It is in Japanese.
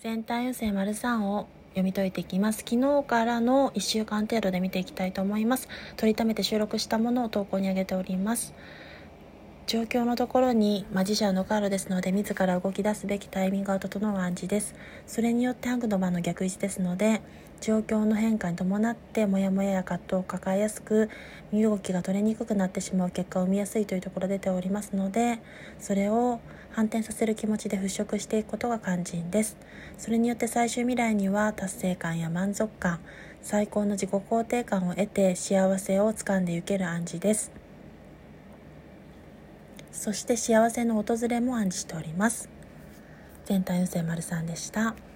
全体運勢丸3を読み解いていきます。昨日からの1週間程度で見ていきたいと思います。取りためて収録したものを投稿に上げております。状況のところにマジシャンのカードですので、自ら動き出すべきタイミングが整う暗示です。それによって悪の場の逆位置ですので、状況の変化に伴ってモヤモヤや葛藤を抱えやすく、身動きが取れにくくなってしまう結果を生みやすいというところが出ておりますので、それを反転させる気持ちで払拭していくことが肝心です。それによって最終未来には達成感や満足感、最高の自己肯定感を得て幸せをつかんでいける暗示です。そして幸せの訪れも暗示しております。全体運勢丸3でした。